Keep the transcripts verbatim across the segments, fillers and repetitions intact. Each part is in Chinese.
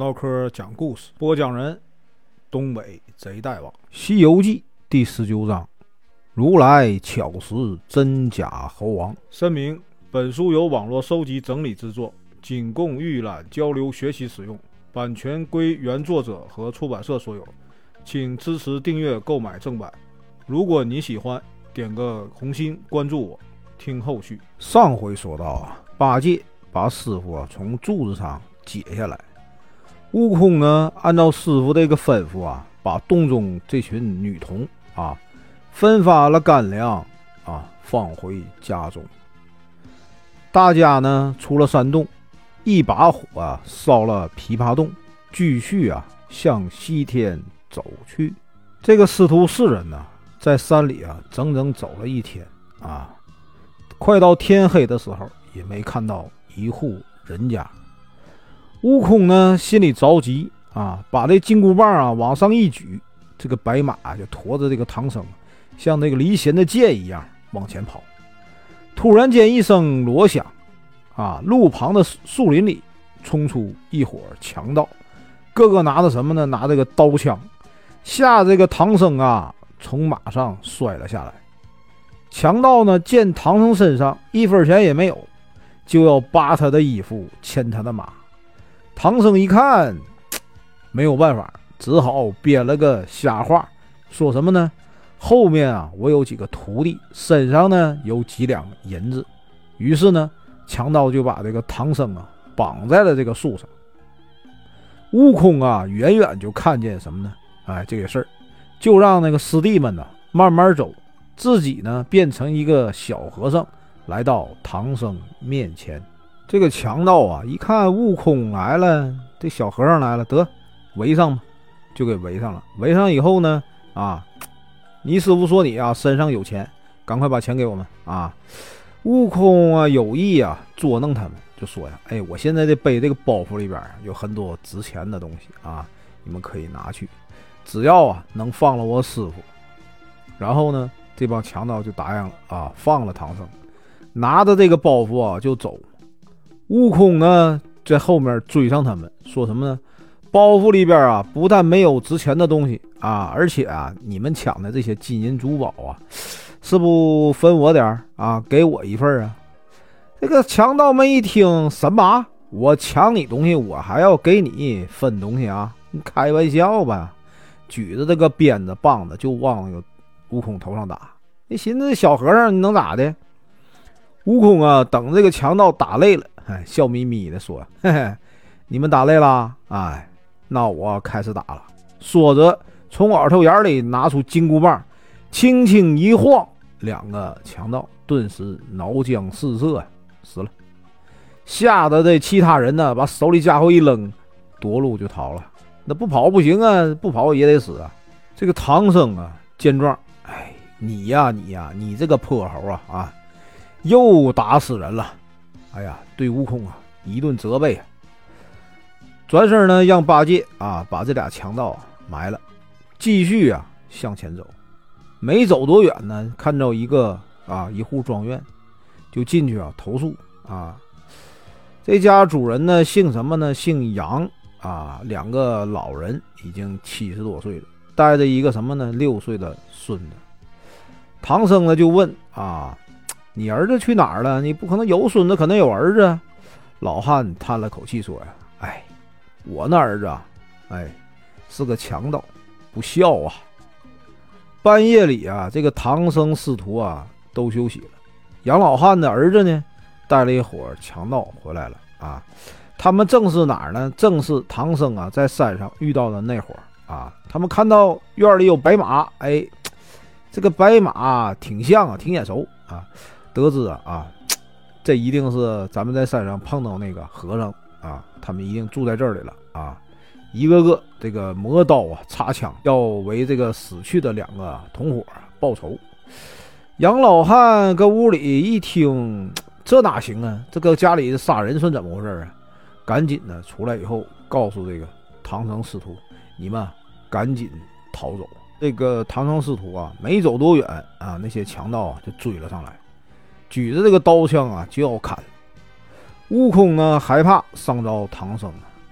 唠嗑讲故事，播讲人东北贼大王，《西游记》第十九章，如来巧识真假猴王。声明：本书由网络收集整理制作，仅供预览、交流、学习使用，版权归原作者和出版社所有，请支持订阅、购买正版。如果你喜欢，点个红心，关注我，听后续。上回说到啊，八戒把师傅啊从柱子上解下来。悟空呢，按照师傅这个吩咐啊，把洞中这群女童啊分发了干粮啊，放回家中。大家呢出了山洞，一把火啊烧了琵琶洞，继续啊向西天走去。这个师徒四人呢，在山里啊整整走了一天啊，快到天黑的时候，也没看到一户人家。悟空呢心里着急啊，把这金箍棒啊往上一举，这个白马就驮着这个唐僧像那个离弦的箭一样往前跑。突然间一声锣响啊，路旁的树林里冲出一伙强盗，个个拿着什么呢？拿这个刀枪，吓这个唐僧啊从马上摔了下来。强盗呢见唐僧身上一分钱也没有，就要扒他的衣服，牵他的马。唐僧一看没有办法，只好编了个瞎话，说什么呢？后面啊我有几个徒弟，身上呢有几两银子。于是呢强盗就把这个唐僧啊绑在了这个树上。悟空啊远远就看见什么呢？哎，这个事儿就让那个师弟们呢慢慢走，自己呢变成一个小和尚，来到唐僧面前。这个强盗啊一看悟空来了，这小和尚来了，得围上吧，就给围上了。围上以后呢啊，你师傅说你啊身上有钱，赶快把钱给我们啊。悟空啊有意啊捉弄他们，就说呀，哎，我现在这背这个包袱里边有很多值钱的东西啊，你们可以拿去，只要啊能放了我师傅。然后呢这帮强盗就答应了啊，放了唐僧，拿着这个包袱啊就走。悟空呢在后面追上他们，说什么呢？包袱里边啊不但没有值钱的东西啊，而且啊你们抢的这些金银珠宝啊，是不分我点啊，给我一份啊。这个强盗们一听，什么？我抢你东西，我还要给你分东西啊？你开玩笑吧？举着这个鞭子棒子就往那个悟空头上打。你寻思小和尚你能咋的？悟空啊等这个强盗打累了，哎，笑眯眯的说，嘿嘿，你们打累了，哎，那我开始打了。说着从耳朵眼里拿出金箍棒，轻轻一晃，两个强盗顿时脑浆四射，死了。吓得这其他人呢把手里家伙一扔，夺路就逃了。那不跑不行啊，不跑也得死啊。这个唐僧啊见状，哎，你呀你呀你这个泼猴啊啊，又打死人了。哎呀，对悟空啊一顿责备啊。转身呢让八戒啊把这俩强盗啊埋了，继续啊向前走。没走多远呢，看到一个啊一户庄园，就进去啊投诉啊。这家主人呢姓什么呢？姓杨啊，两个老人已经七十多岁了，带着一个什么呢？六岁的孙子。唐僧呢就问啊，你儿子去哪儿了？你不可能有孙子，可能有儿子。老汉叹了口气说呀，哎，我那儿子啊，哎，是个强盗，不孝啊。半夜里啊，这个唐僧师徒啊都休息了。杨老汉的儿子呢，带了一伙强盗回来了啊。他们正是哪儿呢？正是唐僧啊在山上遇到的那伙啊。他们看到院里有白马，哎，这个白马挺像啊，挺眼熟啊。得知啊啊，这一定是咱们在山上碰到那个和尚啊，他们一定住在这里了啊。一个个这个磨刀啊插枪，要为这个死去的两个同伙报仇。杨老汉搁屋里一听，这哪行啊，这个家里杀人算怎么回事啊？赶紧的出来以后告诉这个唐僧师徒，你们赶紧逃走。这个唐僧师徒啊没走多远啊，那些强盗啊就追了上来，举着这个刀枪啊就要砍。悟空呢害怕伤着唐僧，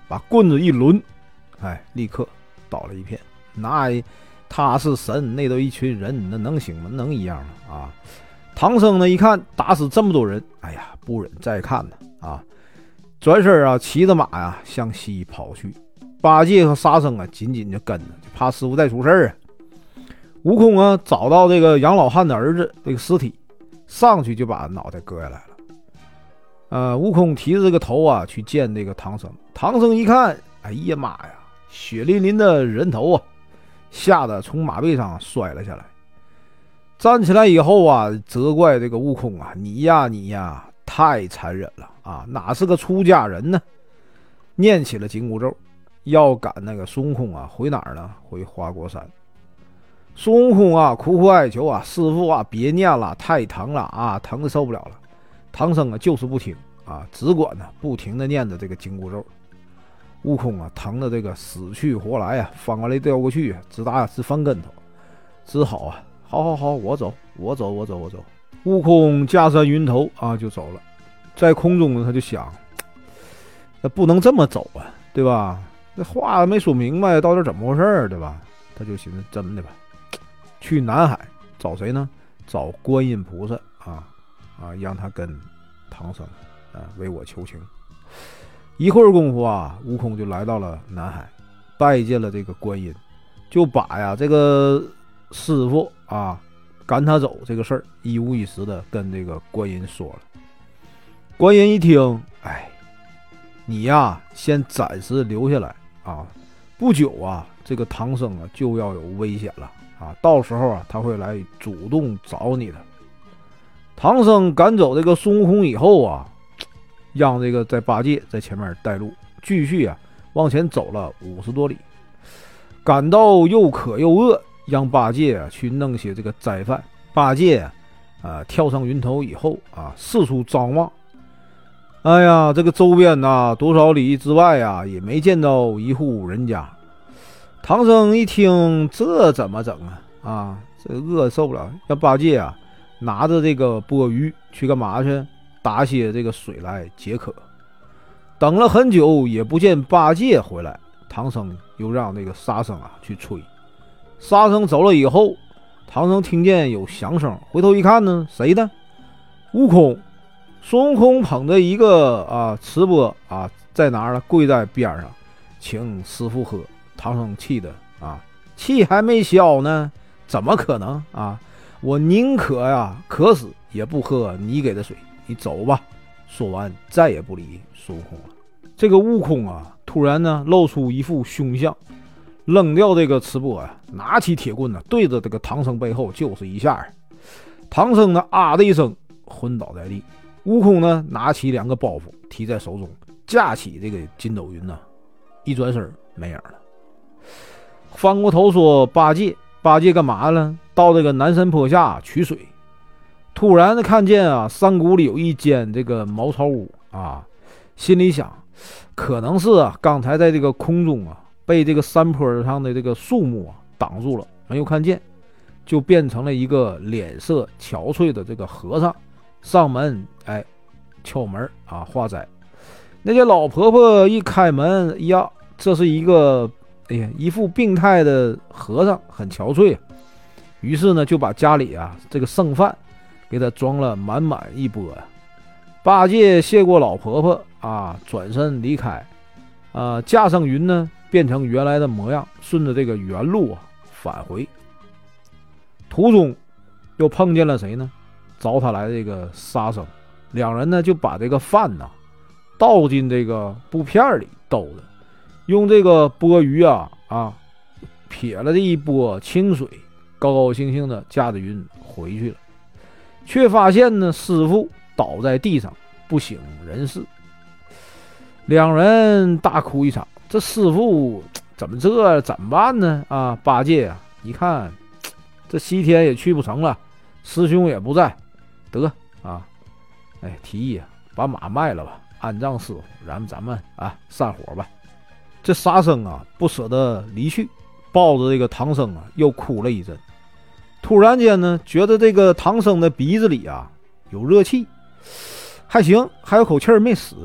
把棍子一抡，哎，立刻倒了一片。那他是神，那都一群人，那能行吗？能一样吗？啊！唐僧呢一看打死这么多人，哎呀，不忍再看了啊！转身啊，骑着马呀向西跑去。八戒和沙僧啊紧紧就跟着，就怕师傅再出事儿啊。悟空啊找到这个杨老汉的儿子这个尸体，上去就把脑袋割下来了。呃，悟空提着这个头啊去见这个唐僧，唐僧一看，哎呀妈呀，血淋淋的人头啊，吓得从马背上摔了下来。站起来以后啊，责怪这个悟空啊，你呀你呀太残忍了啊，哪是个出家人呢？念起了紧箍咒，要赶那个孙悟空啊回哪儿呢？回花果山。孙悟空啊苦苦哀求啊，师父啊别念了，太疼了啊，疼的受不了了。唐僧啊就是不听啊，只管呢不停的念着这个紧箍咒。悟空啊疼的这个死去活来啊，翻过来掉过去，直打直翻跟头，只好啊好好好，我走我走我走我走。悟空驾山云头啊就走了。在空中呢他就想，那不能这么走啊，对吧？这话没说明白，到底怎么回事，对吧？他就寻思这么的吧，去南海找谁呢？找观音菩萨啊啊，让他跟唐僧啊为我求情。一会儿功夫啊，悟空就来到了南海，拜见了这个观音，就把呀这个师傅啊赶他走这个事儿一五一十的跟这个观音说了。观音一听，哎，你呀先暂时留下来啊，不久啊这个唐僧啊就要有危险了啊，到时候啊他会来主动找你的。唐僧赶走这个孙悟空以后啊，让这个在八戒在前面带路，继续啊往前走了五十多里，感到又渴又饿，让八戒啊去弄些这个斋饭。八戒啊、呃、跳上云头以后啊，四处张望，哎呀，这个周边呐、啊、多少里之外啊也没见到一户人家。唐僧一听，这怎么整啊？啊，这饿受不了，让八戒啊拿着这个钵盂去干嘛去？打些这个水来解渴。等了很久也不见八戒回来，唐僧又让那个沙僧啊去催。沙僧走了以后，唐僧听见有响声，回头一看呢，谁的？悟空。孙悟空捧着一个啊瓷钵啊，在哪儿呢？跪在边上，请师父喝。唐僧气的啊，气还没消呢，怎么可能啊？我宁可呀渴死也不喝你给的水，你走吧。说完再也不理孙悟空了。这个悟空啊突然呢露出一副凶相，扔掉这个瓷钵呀，拿起铁棍呢对着这个唐僧背后就是一下。唐僧呢啊的一声昏倒在地。悟空呢拿起两个包袱提在手中，架起这个筋斗云呢，一转身没影了。翻过头说八戒，八戒干嘛呢？到这个南山坡下取水，突然的看见啊山谷里有一间这个茅草屋啊，心里想，可能是啊刚才在这个空中啊被这个山坡上的这个树木啊挡住了，没有看见，就变成了一个脸色憔悴的这个和尚。上门哎敲门啊化斋。那些老婆婆一开门呀，这是一个哎呀一副病态的和尚，很憔悴啊。于是呢就把家里啊这个剩饭给他装了满满一钵啊。八戒谢过老婆婆啊，转身离开啊，驾上云呢变成原来的模样，顺着这个原路啊返回。途中又碰见了谁呢？找他来这个沙僧，两人呢就把这个饭呢倒进这个布片里兜着，用这个钵盂啊啊撇了这一波清水，高高兴兴的驾着云回去了，却发现呢师傅倒在地上不省人事。两人大哭一场，这师傅怎么这怎么办呢？啊，八戒啊一看这西天也去不成了，师兄也不在，得啊，哎，提议啊，把马卖了吧，安葬师傅，然后咱们啊散伙吧。这沙僧啊不舍得离去，抱着这个唐僧啊又哭了一阵。突然间呢，觉得这个唐僧的鼻子里啊有热气，还行，还有口气儿没死，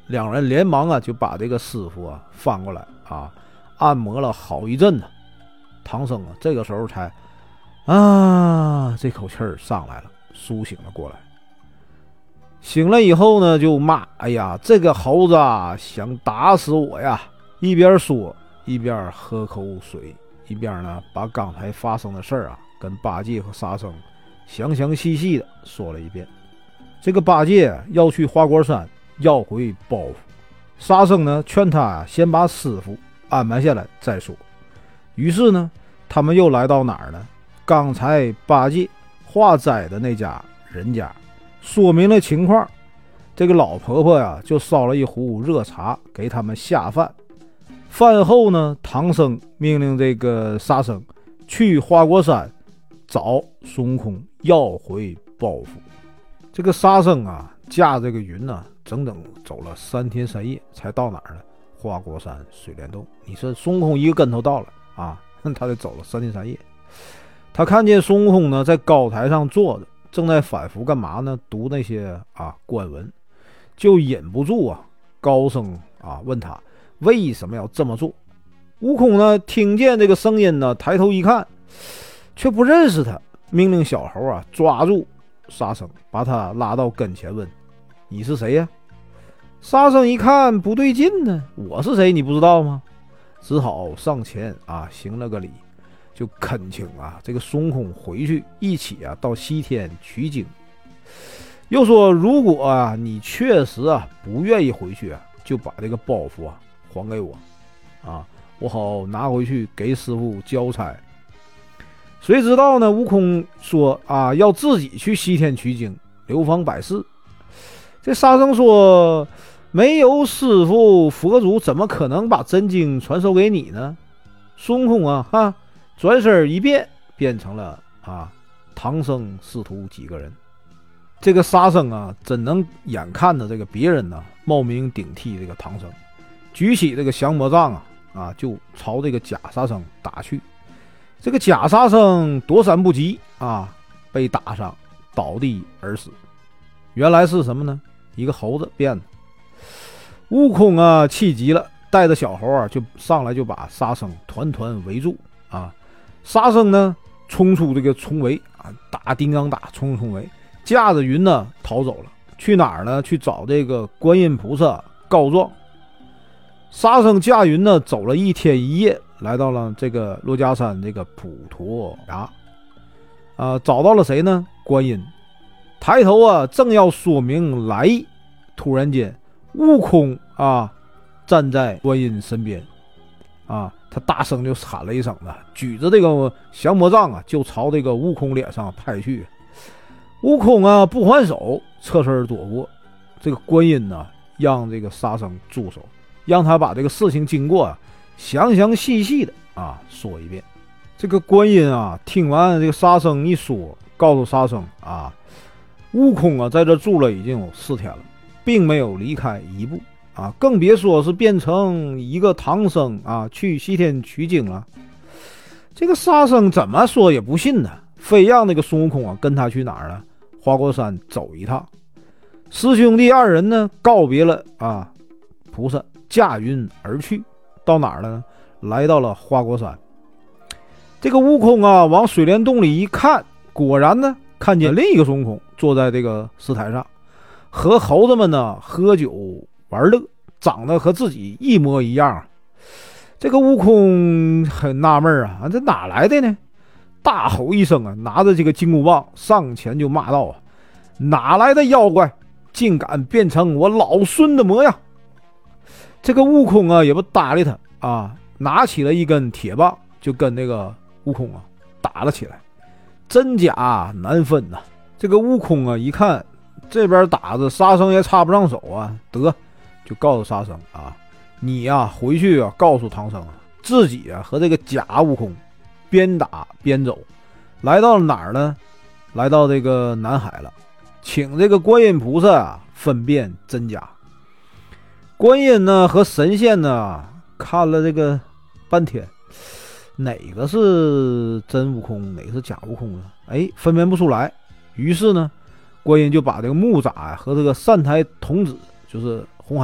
两人连忙啊就把这个师傅啊翻过来啊，按摩了好一阵呢。唐僧啊这个时候才啊这口气儿上来了，苏醒了过来。醒了以后呢就骂，哎呀这个猴子啊想打死我呀，一边说一边喝口水，一边呢把刚才发生的事儿啊跟八戒和沙僧详详细细的说了一遍。这个八戒要去花果山要回包袱，沙僧呢劝他先把师傅安排下来再说。于是呢他们又来到哪儿呢？刚才八戒化斋的那家人家，说明了情况。这个老婆婆呀就烧了一壶热茶给他们下饭。饭后呢，唐僧命令这个沙僧去花果山找孙悟空要回包袱。这个沙僧啊驾这个云呢、啊，整整走了三天三夜才到哪儿呢？花果山水帘洞。你说孙悟空一个跟头到了啊，他就走了三天三夜。他看见孙悟空呢在高台上坐着，正在反复干嘛呢？读那些啊官文，就忍不住啊高声啊问他为什么要这么做。悟空呢听见这个声音呢，抬头一看，却不认识他，命令小猴啊抓住沙僧，把他拉到跟前问：“你是谁呀？”沙僧一看不对劲呢，我是谁你不知道吗？只好上前啊行了个礼，就恳请啊这个孙悟空回去一起啊到西天取经。又说如果啊你确实啊不愿意回去啊，就把这个包袱啊还给我啊，我好拿回去给师傅交差。谁知道呢悟空说啊要自己去西天取经，流芳百世。这沙僧说没有师傅，佛祖怎么可能把真经传授给你呢？孙悟空啊哈转身一变，变成了啊唐僧师徒几个人。这个沙僧啊怎能眼看着这个别人呢冒名顶替这个唐僧，举起这个降魔杖啊啊就朝这个假沙僧打去。这个假沙僧躲闪不及啊，被打伤倒地而死。原来是什么呢？一个猴子变的。悟空啊气急了，带着小猴啊就上来就把沙僧团团围住啊。沙僧呢冲出这个重围啊，打金刚打冲重围，驾着云呢逃走了。去哪儿呢？去找这个观音菩萨告状。沙僧驾云呢走了一天一夜，来到了这个珞珈山这个普陀崖啊，找到了谁呢？观音。抬头啊正要说明来意，突然间悟空啊站在观音身边啊，他大声就喊了一声呢，举着这个降魔杖啊就朝这个悟空脸上拍去。悟空啊不还手，侧身躲过。这个观音呢让这个沙僧住手，让他把这个事情经过啊详详细细的啊说一遍。这个观音啊听完这个沙僧一说，告诉沙僧啊悟空啊在这住了已经有四天了，并没有离开一步啊，更别说是变成一个唐僧啊去西天取经了。这个沙僧怎么说也不信呢，非让那个孙悟空啊跟他去哪儿呢？花果山走一趟。师兄弟二人呢告别了啊菩萨，驾云而去。到哪儿了呢？来到了花果山。这个悟空啊往水帘洞里一看，果然呢看见另一个孙悟空坐在这个石台上，和猴子们呢喝酒玩乐，长得和自己一模一样啊。这个悟空很纳闷啊，这哪来的呢？大吼一声啊，拿着这个金箍棒上前就骂道啊，哪来的妖怪，竟敢变成我老孙的模样。这个悟空啊也不搭理他啊，拿起了一根铁棒就跟那个悟空啊打了起来，真假难分呐、啊。这个悟空啊一看这边打着沙僧也插不上手啊，得就告诉沙僧啊，你呀、啊、回去啊告诉唐僧啊，自己啊和这个假悟空边打边走，来到了哪儿呢？来到这个南海了，请这个观音菩萨啊分辨真假。观音呢和神仙呢看了这个半天，哪个是真悟空，哪个是假悟空呢？哎，分辨不出来。于是呢观音就把这个木吒和这个三台童子，就是红孩儿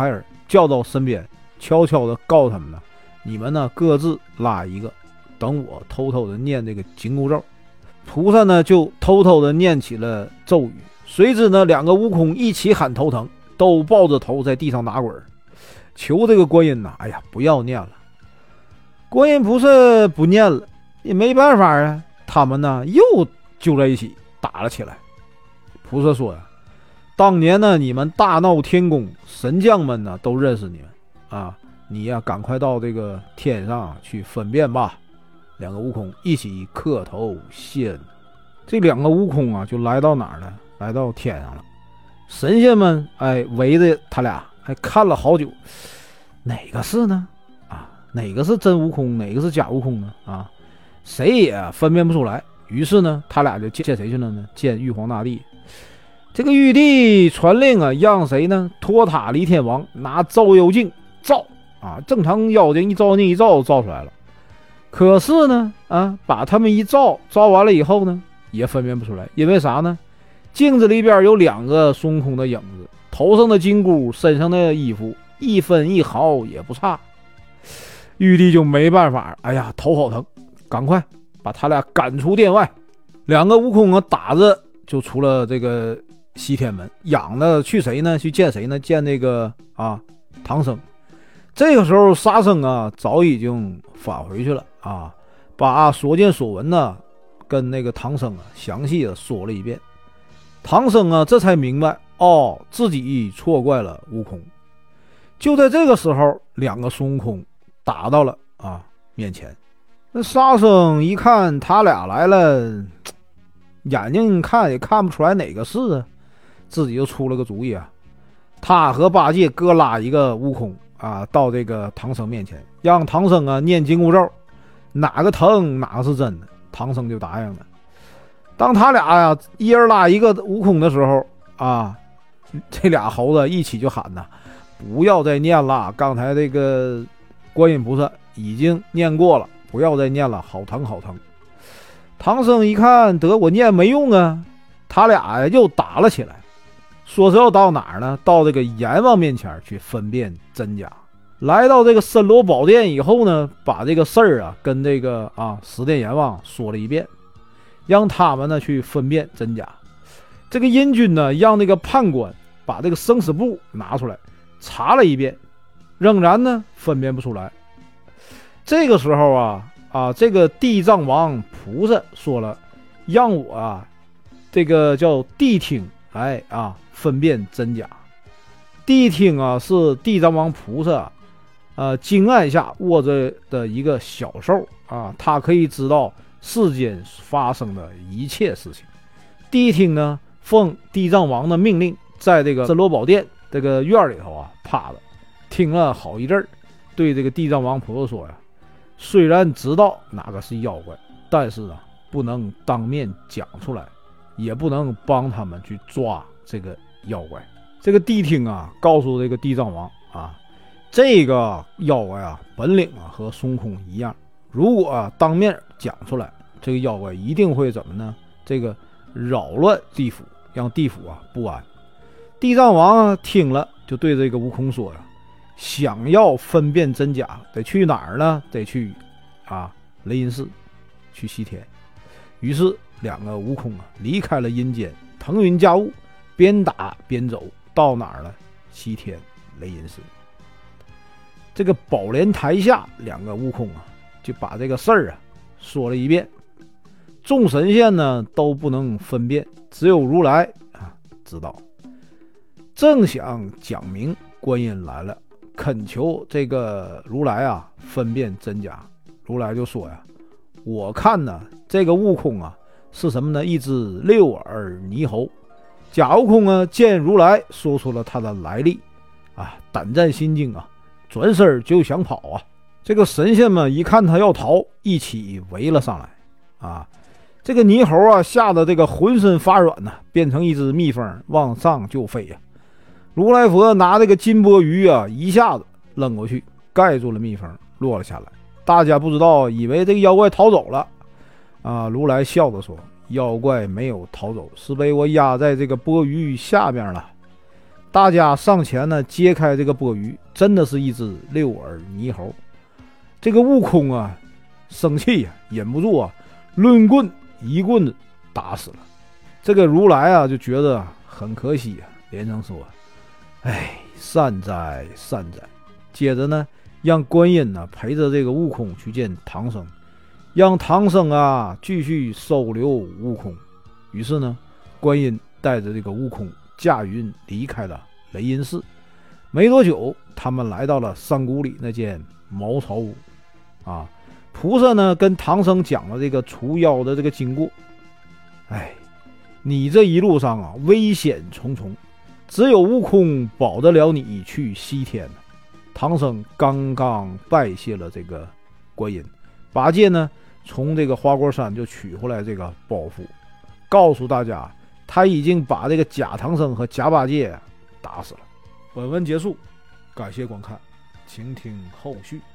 叫到身边，悄悄的告诉他们呢，你们呢各自拉一个，等我偷偷的念这个紧箍咒。菩萨呢就偷偷的念起了咒语，随之呢两个悟空一起喊头疼，都抱着头在地上打滚，求这个观音呐，哎呀不要念了。观音菩萨不念了，也没办法啊，他们呢又揪在一起打了起来。菩萨说呀，当年呢你们大闹天宫，神将们呢都认识你们啊，你呀赶快到这个天上去分辨吧。两个悟空一起磕头谢恩。这两个悟空啊就来到哪儿了？来到天上了。神仙们哎围着他俩还看了好久，哪个是呢？啊，哪个是真悟空，哪个是假悟空呢？啊，谁也分辨不出来。于是呢，他俩就见谁去了呢？见玉皇大帝。这个玉帝传令啊，让谁呢？托塔李天王拿照妖镜照啊，正常妖精一照镜一照照出来了。可是呢，啊，把他们一照照完了以后呢，也分辨不出来，因为啥呢？镜子里边有两个孙悟空的影子，头上的金箍，身上的衣服，一分一毫也不差。玉帝就没办法，哎呀，头好疼，赶快把他俩赶出殿外。两个悟空啊，打着就出了这个西天门，仰着去谁呢？去见谁呢？见那个啊唐僧。这个时候沙僧啊早已经返回去了啊，把所见所闻呢跟那个唐僧啊详细的说了一遍。唐僧啊这才明白，哦，自己错怪了悟空。就在这个时候，两个孙悟空打到了啊面前。那沙僧一看他俩来了，眼睛看也看不出来哪个是啊，自己就出了个主意啊，他和八戒各拉一个悟空啊，到这个唐僧面前，让唐僧啊念紧箍咒，哪个疼哪个是真的，唐僧就答应了。当他俩呀、啊、一人拉一个悟空的时候啊，这俩猴子一起就喊呐，不要再念了，刚才这个观音菩萨已经念过了，不要再念了，好疼好疼。唐僧一看得我念没用啊，他俩呀又打了起来。说是要到哪儿呢？到这个阎王面前去分辨真假。来到这个森罗宝殿以后呢，把这个事儿啊跟这个啊十殿阎王说了一遍，让他们呢去分辨真假。这个阴君呢让这个判官把这个生死簿拿出来查了一遍，仍然呢分辨不出来。这个时候啊啊这个地藏王菩萨说了，让我啊这个叫谛听来啊分辨真假。谛听啊是地藏王菩萨呃金案下握着的一个小兽啊，他可以知道世间发生的一切事情。谛听呢奉地藏王的命令，在这个森罗宝殿这个院里头啊趴着听了好一阵儿，对这个地藏王菩萨说呀，虽然知道哪个是妖怪，但是啊不能当面讲出来，也不能帮他们去抓这个妖怪。这个谛听啊告诉这个地藏王啊，这个妖怪啊本领啊和孙悟空一样，如果啊当面讲出来，这个妖怪一定会怎么呢？这个扰乱地府，让地府啊不安。地藏王啊听了就对这个悟空说呀，想要分辨真假得去哪儿呢？得去啊雷音寺，去西天。于是两个悟空啊离开了阴间，腾云驾雾，边打边走，到哪儿了？西天雷音寺。这个宝莲台下，两个悟空啊就把这个事儿啊说了一遍。众神仙呢都不能分辨，只有如来啊知道。正想讲明，观音来了，恳求这个如来啊分辨真假。如来就说呀，我看呢这个悟空啊是什么呢？一只六耳猕猴。假悟空啊见如来说出了他的来历啊，胆战心惊啊，转身就想跑啊。这个神仙们一看他要逃，一起围了上来啊。这个猕猴啊吓得这个浑身发软呢、啊，变成一只蜜蜂往上就飞呀、啊。如来佛拿这个金钵盂啊一下子扔过去，盖住了蜜蜂，落了下来。大家不知道，以为这个妖怪逃走了啊。如来笑着说，妖怪没有逃走，是被我压在这个钵盂下面了。 大家上前呢揭开这个钵盂，真的是一只六耳猕猴。这个悟空啊生气呀、啊，忍不住啊，抡棍一棍子打死了。这个如来啊就觉得很可惜啊，连声说：“哎，善哉善哉。”接着呢，让观音呢陪着这个悟空去见唐僧，让唐僧啊继续收留悟空。于是呢，观音带着这个悟空驾云离开了雷音寺。没多久，他们来到了山谷里那间茅草屋。啊，菩萨呢跟唐僧讲了这个除妖的这个经过。哎，你这一路上啊危险重重，只有悟空保得了你去西天。唐僧刚刚拜谢了这个观音，八戒呢从这个花果山就取回来这个包袱，告诉大家他已经把这个假唐僧和假八戒打死了。本文结束，感谢观看，请听后续。